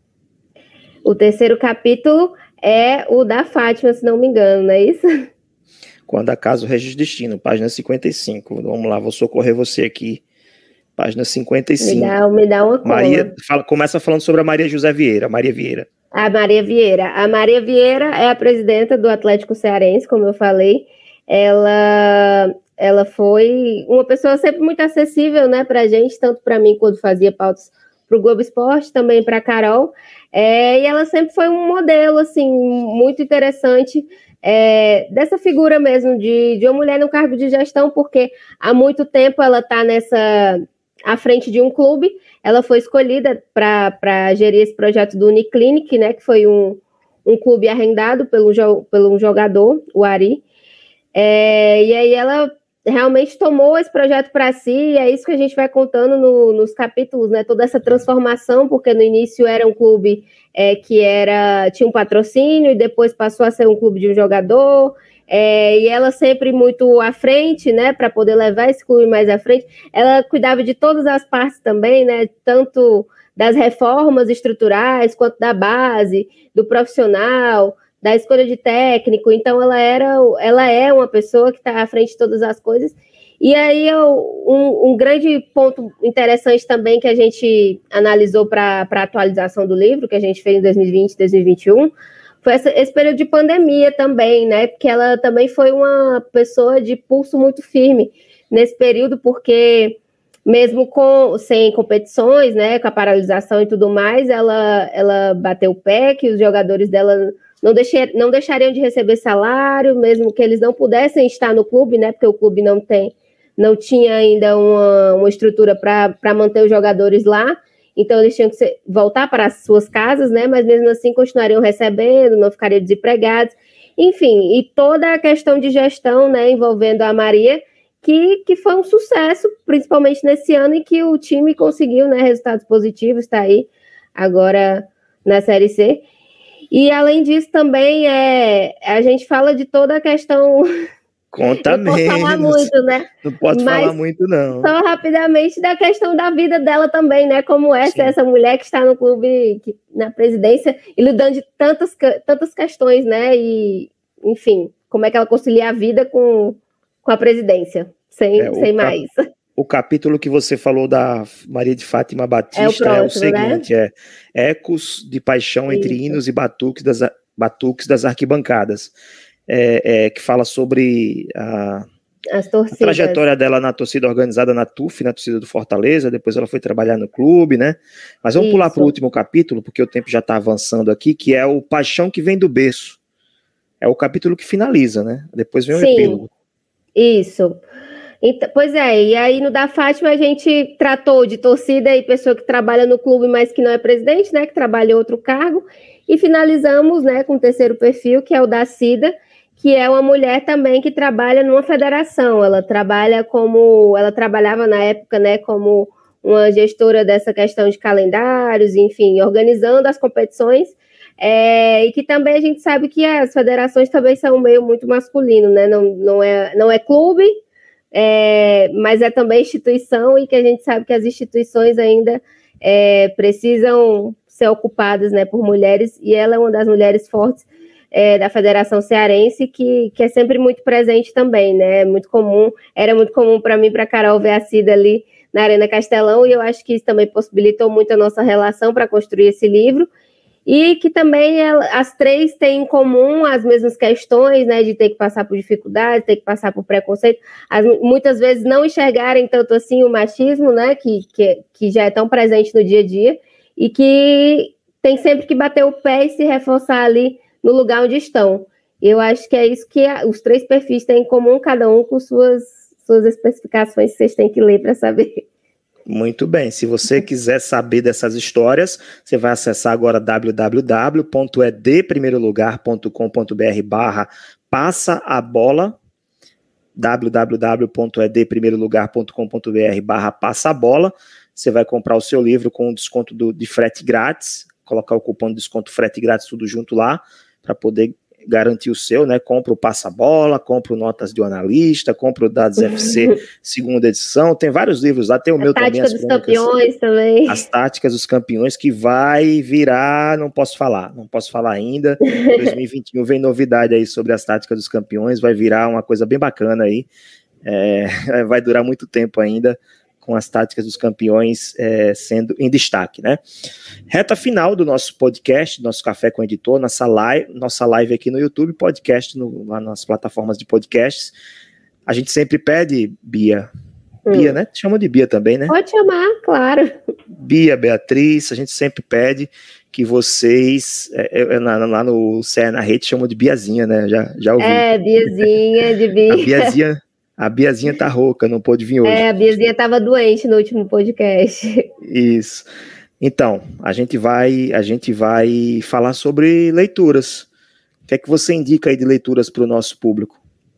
O terceiro capítulo é o da Fátima, se não me engano, não é isso? Quando acaso rege o destino, página cinquenta e cinco. Vamos lá, vou socorrer você aqui. Página cinquenta e cinco. Me dá, me dá uma cola. Maria, fala, começa falando sobre a Maria José Vieira. Maria Vieira. A Maria Vieira. A Maria Vieira é a presidenta do Atlético Cearense, como eu falei. Ela, ela foi uma pessoa sempre muito acessível, né, pra gente, tanto para mim quando fazia pautas para o Globo Esporte, também para a Carol, é, e ela sempre foi um modelo, assim, muito interessante, é, dessa figura mesmo, de, de uma mulher no cargo de gestão, porque há muito tempo ela está nessa, à frente de um clube, ela foi escolhida para gerir esse projeto do Uniclinic, né, que foi um, um clube arrendado pelo, pelo jogador, o Ari, é, e aí ela realmente tomou esse projeto para si, e é isso que a gente vai contando no, nos capítulos, né? Toda essa transformação, porque no início era um clube é, que era, tinha um patrocínio, e depois passou a ser um clube de um jogador, é, e ela sempre muito à frente, né? Para poder levar esse clube mais à frente. Ela cuidava de todas as partes também, né? Tanto das reformas estruturais, quanto da base, do profissional, da escolha de técnico. Então ela era, ela é uma pessoa que está à frente de todas as coisas. E aí um, um grande ponto interessante também que a gente analisou para a atualização do livro, que a gente fez em dois mil e vinte, dois mil e vinte e um, foi essa, esse período de pandemia também, né? Porque ela também foi uma pessoa de pulso muito firme nesse período, porque mesmo com, sem competições, né, com a paralisação e tudo mais, ela, ela bateu o pé, que os jogadores dela Não, deixar, não deixariam de receber salário, mesmo que eles não pudessem estar no clube, né? Porque o clube não tem, não tinha ainda uma, uma estrutura para manter os jogadores lá. Então eles tinham que ser, voltar para as suas casas, né? Mas mesmo assim continuariam recebendo, não ficariam desempregados. Enfim, e toda a questão de gestão, né? Envolvendo a Maria, que, que foi um sucesso, principalmente nesse ano em que o time conseguiu, né? Resultados positivos, está aí agora na Série C. E, além disso, também é, a gente fala de toda a questão Conta não posso menos. falar muito, né? Não pode Mas falar muito, não. só rapidamente da questão da vida dela também, né? Como essa, essa mulher que está no clube, que, na presidência, e lidando de tantas, tantas questões, né? E, enfim, como é que ela concilia a vida com, com a presidência, sem, é, sem mais. Cap, o capítulo que você falou da Maria de Fátima Batista é o, próximo, é o seguinte, né? é Ecos de Paixão entre Isso. Hinos e batuques das, batuques das arquibancadas. É, é, que fala sobre a, As torcidas. a trajetória dela na torcida organizada na T U F, na torcida do Fortaleza, depois ela foi trabalhar no clube, né? Mas vamos Isso. pular para o último capítulo, porque o tempo já está avançando aqui, que é o Paixão que Vem do Berço. É o capítulo que finaliza, né? Depois vem o Sim, epílogo. Isso. Então, pois é, e aí no da Fátima a gente tratou de torcida e pessoa que trabalha no clube, mas que não é presidente, né? Que trabalha em outro cargo. E finalizamos, né, com o terceiro perfil, que é o da Cida, que é uma mulher também que trabalha numa federação. Ela trabalha como, ela trabalhava na época, né, como uma gestora dessa questão de calendários, enfim, organizando as competições, é, e que também a gente sabe que as federações também são um meio muito masculino, né, não, não, é, não é clube, é, mas é também instituição, e que a gente sabe que as instituições ainda é, precisam ser ocupadas, né, por mulheres, e ela é uma das mulheres fortes É, da Federação Cearense, que, que é sempre muito presente também, né? É muito comum, era muito comum para mim, para a Carol, ver a Cida ali na Arena Castelão, e eu acho que isso também possibilitou muito a nossa relação para construir esse livro, e que também ela, as três têm em comum as mesmas questões, né? De ter que passar por dificuldades, ter que passar por preconceito, as, muitas vezes não enxergarem tanto assim o machismo, né? Que, que, que já é tão presente no dia a dia, e que tem sempre que bater o pé e se reforçar ali no lugar onde estão. Eu acho que é isso que a, os três perfis têm em comum, cada um com suas, suas especificações que vocês têm que ler para saber. Muito bem, se você quiser saber dessas histórias, você vai acessar agora w w w ponto e d primeiro lugar ponto com ponto b r barra passa a bola, w w w ponto e d primeiro lugar ponto com ponto b r barra passa a bola. Você vai comprar o seu livro com desconto do, de frete grátis, colocar o cupom de desconto frete grátis tudo junto lá, para poder garantir o seu, né? Compra o Passa-Bola, compra o Notas de um Analista, compra o Dados F C segunda edição, tem vários livros lá, tem o a meu também. As Táticas dos Campeões também. As Táticas dos Campeões, que vai virar, não posso falar, não posso falar ainda, dois mil e vinte e um vem novidade aí sobre as Táticas dos Campeões, vai virar uma coisa bem bacana aí, é, vai durar muito tempo ainda, com as Táticas dos Campeões é, sendo em destaque, né? Reta final do nosso podcast, nosso Café com o Editor, nossa live, nossa live aqui no YouTube, podcast no, lá nas plataformas de podcasts. A gente sempre pede, Bia, hum. Bia, né? Te chama de Bia também, né? Pode chamar, claro. Bia, Beatriz, a gente sempre pede que vocês, é, é, lá, lá no C E na Rede, chamam de Biazinha, né? Já, já ouvi. É, Biazinha, de Bia. A Biazinha... A Biazinha tá rouca, não pôde vir hoje. É, a Biazinha tava doente no último podcast. Isso. Então, a gente vai, a gente vai falar sobre leituras. O que é que você indica aí de leituras para o nosso público?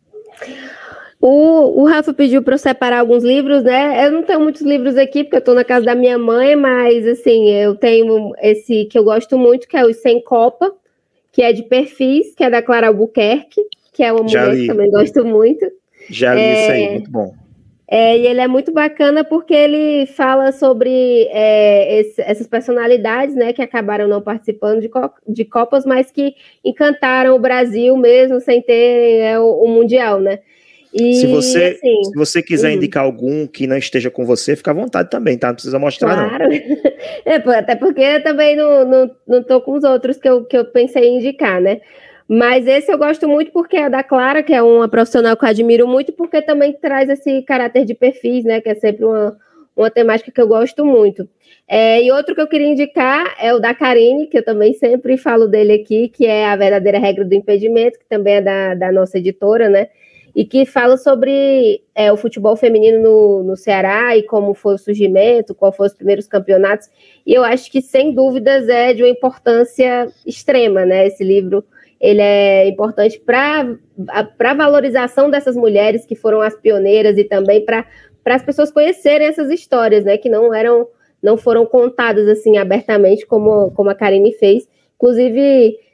O, o Rafa pediu para eu separar alguns livros, né? Eu não tenho muitos livros aqui, porque eu estou na casa da minha mãe, mas, assim, eu tenho esse que eu gosto muito, que é o Sem Copa, que é de perfis, que é da Clara Albuquerque, que é uma mulher que também gosto muito. Já li é, isso aí, muito bom. É, e ele é muito bacana porque ele fala sobre é, esse, essas personalidades, né, que acabaram não participando de, co- de Copas, mas que encantaram o Brasil mesmo sem ter é, o, o Mundial, né? E, se, você, assim, se você quiser uhum. indicar algum que não esteja com você, fica à vontade também, tá? Não precisa mostrar, claro. não. É, até porque eu também não, não, não tô com os outros que eu, que eu pensei em indicar, né? Mas esse eu gosto muito porque é da Clara, que é uma profissional que eu admiro muito, porque também traz esse caráter de perfis, né? Que é sempre uma, uma temática que eu gosto muito. É, e outro que eu queria indicar é o da Karine, que eu também sempre falo dele aqui, que é A Verdadeira Regra do Impedimento, que também é da, da nossa editora, né? E que fala sobre é, o futebol feminino no, no Ceará e como foi o surgimento, qual foram os primeiros campeonatos. E eu acho que, sem dúvidas, é de uma importância extrema, né? Esse livro, ele é importante para a valorização dessas mulheres que foram as pioneiras e também para as pessoas conhecerem essas histórias, né? Que não eram, não foram contadas assim abertamente como, como a Karine fez. Inclusive,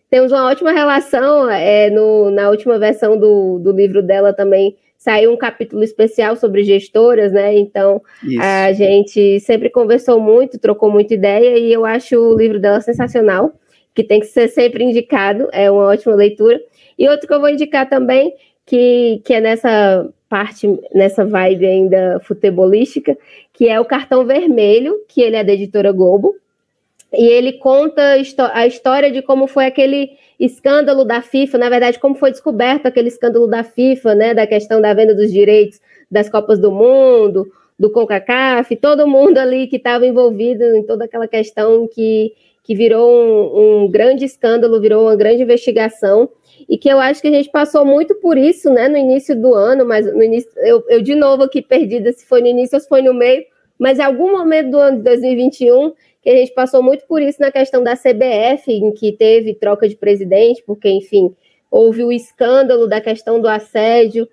temos uma ótima relação. É, no, na última versão do, do livro dela também saiu um capítulo especial sobre gestoras, né? Então, Isso. a gente sempre conversou muito, trocou muita ideia, e eu acho o livro dela sensacional, que tem que ser sempre indicado, é uma ótima leitura. E outro que eu vou indicar também, que, que é nessa parte, nessa vibe ainda futebolística, que é o Cartão Vermelho, que ele é da editora Globo, e ele conta a história de como foi aquele escândalo da FIFA, na verdade, como foi descoberto aquele escândalo da FIFA, né, da questão da venda dos direitos das Copas do Mundo, do CONCACAF, todo mundo ali que estava envolvido em toda aquela questão que, que virou um, um grande escândalo, virou uma grande investigação, e que eu acho que a gente passou muito por isso, né, no início do ano, mas no início, eu, eu de novo aqui perdida se foi no início ou se foi no meio, mas em algum momento do ano de dois mil e vinte e um, que a gente passou muito por isso na questão da C B F, em que teve troca de presidente, porque, enfim, houve o escândalo da questão do assédio,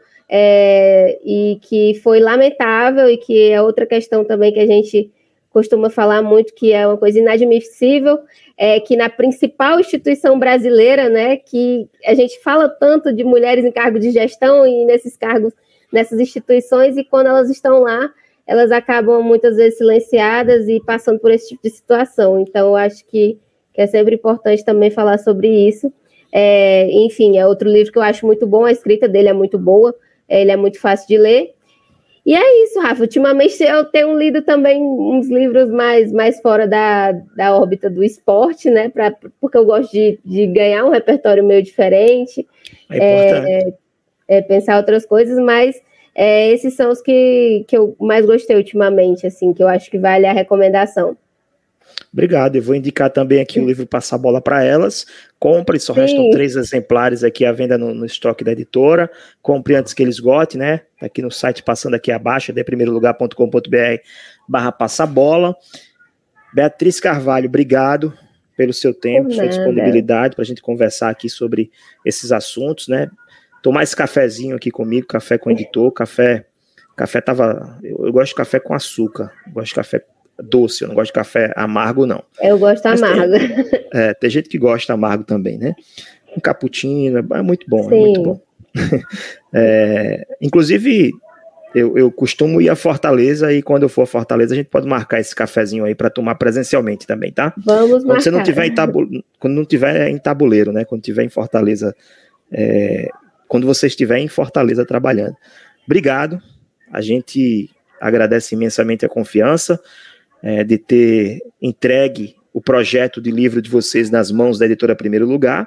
é, e que foi lamentável, e que é outra questão também que a gente costuma falar muito, que é uma coisa inadmissível, é que na principal instituição brasileira, né, que a gente fala tanto de mulheres em cargos de gestão e nesses cargos, nessas instituições, e quando elas estão lá, elas acabam muitas vezes silenciadas e passando por esse tipo de situação. Então, eu acho que, que é sempre importante também falar sobre isso. É, enfim, é outro livro que eu acho muito bom, a escrita dele é muito boa, ele é muito fácil de ler. E é isso, Rafa. Ultimamente eu tenho lido também uns livros mais, mais fora da, da órbita do esporte, né? Pra, porque eu gosto de, de ganhar um repertório meio diferente, é importante. É, é, pensar outras coisas, mas é, esses são os que, que eu mais gostei ultimamente, assim, que eu acho que vale a recomendação. Obrigado, eu vou indicar também aqui o livro Passar a Bola para Elas. Compre, só Sim. restam três exemplares aqui à venda no, no estoque da editora. Compre antes que ele esgote, né? Tá aqui no site, passando aqui abaixo, de primeiro lugar ponto com ponto b r barra Passa a Bola. Beatriz Carvalho, obrigado pelo seu tempo, sua disponibilidade para a gente conversar aqui sobre esses assuntos, né? Tomar esse cafezinho aqui comigo, café com o editor, café, café tava, eu, eu gosto de café com açúcar, eu gosto de café doce, eu não gosto de café amargo, não. Eu gosto Mas amargo. Tem, é, tem gente que gosta amargo também, né? Um cappuccino, é muito bom, Sim. é muito bom. É, inclusive, eu, eu costumo ir a Fortaleza, e quando eu for a Fortaleza, a gente pode marcar esse cafezinho aí para tomar presencialmente também, tá? Vamos quando marcar. Você não tiver em tabu, quando não tiver em tabuleiro, né? Quando tiver em Fortaleza, é, quando você estiver em Fortaleza trabalhando. Obrigado, a gente agradece imensamente a confiança, É, de ter entregue o projeto de livro de vocês nas mãos da editora Primeiro Lugar,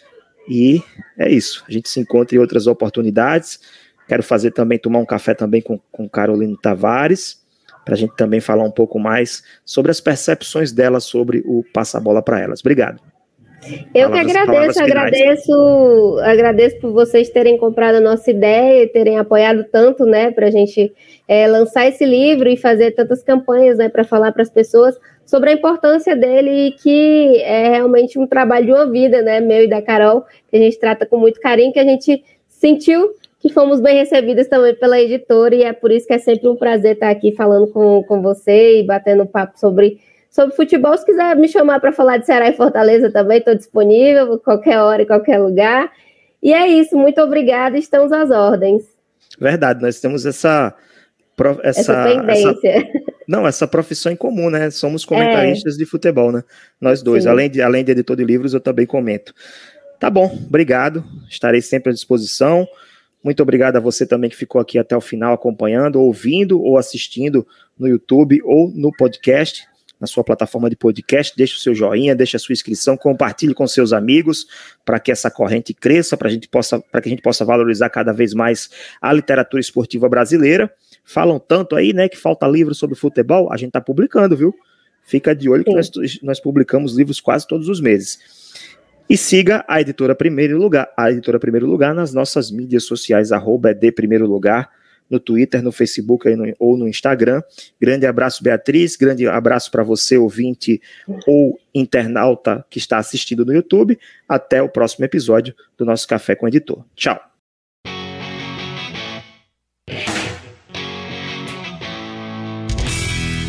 e é isso, a gente se encontra em outras oportunidades. Quero fazer também, tomar um café também com, com Caroline Tavares, para a gente também falar um pouco mais sobre as percepções dela sobre o Passa a Bola para Elas. Obrigado. Eu palavras, que agradeço, agradeço, agradeço por vocês terem comprado a nossa ideia e terem apoiado tanto, né, para a gente é, lançar esse livro e fazer tantas campanhas, né, para falar para as pessoas sobre a importância dele, e que é realmente um trabalho de uma vida, né, meu e da Carol, que a gente trata com muito carinho, que a gente sentiu que fomos bem recebidas também pela editora, e é por isso que é sempre um prazer estar aqui falando com, com você e batendo papo sobre Sobre futebol. Se quiser me chamar para falar de Ceará e Fortaleza também, estou disponível, qualquer hora, em qualquer lugar. E é isso, muito obrigada, estamos às ordens. Verdade, nós temos essa... Essa, essa pendência. Essa, não, essa profissão em comum, né? Somos comentaristas é. de futebol, né? Nós dois, além de, além de editor de livros, eu também comento. Tá bom, obrigado, estarei sempre à disposição. Muito obrigado a você também que ficou aqui até o final acompanhando, ouvindo ou assistindo no YouTube ou no podcast, na sua plataforma de podcast. Deixe o seu joinha, deixe a sua inscrição, compartilhe com seus amigos para que essa corrente cresça, para a gente possa, para que a gente possa valorizar cada vez mais a literatura esportiva brasileira. Falam tanto aí, né, que falta livro sobre futebol, a gente está publicando, viu? Fica de olho que nós, nós publicamos livros quase todos os meses. E siga a Editora Primeiro Lugar, a Editora Primeiro Lugar nas nossas mídias sociais, arroba ed Primeiro Lugar, no Twitter, no Facebook no, ou no Instagram. Grande abraço, Beatriz, grande abraço para você, ouvinte ou internauta que está assistindo no YouTube. Até o próximo episódio do nosso Café com o Editor. Tchau!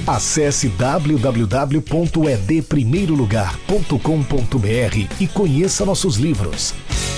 Acesse w w w ponto e d primeiro lugar ponto com ponto b r e conheça nossos livros.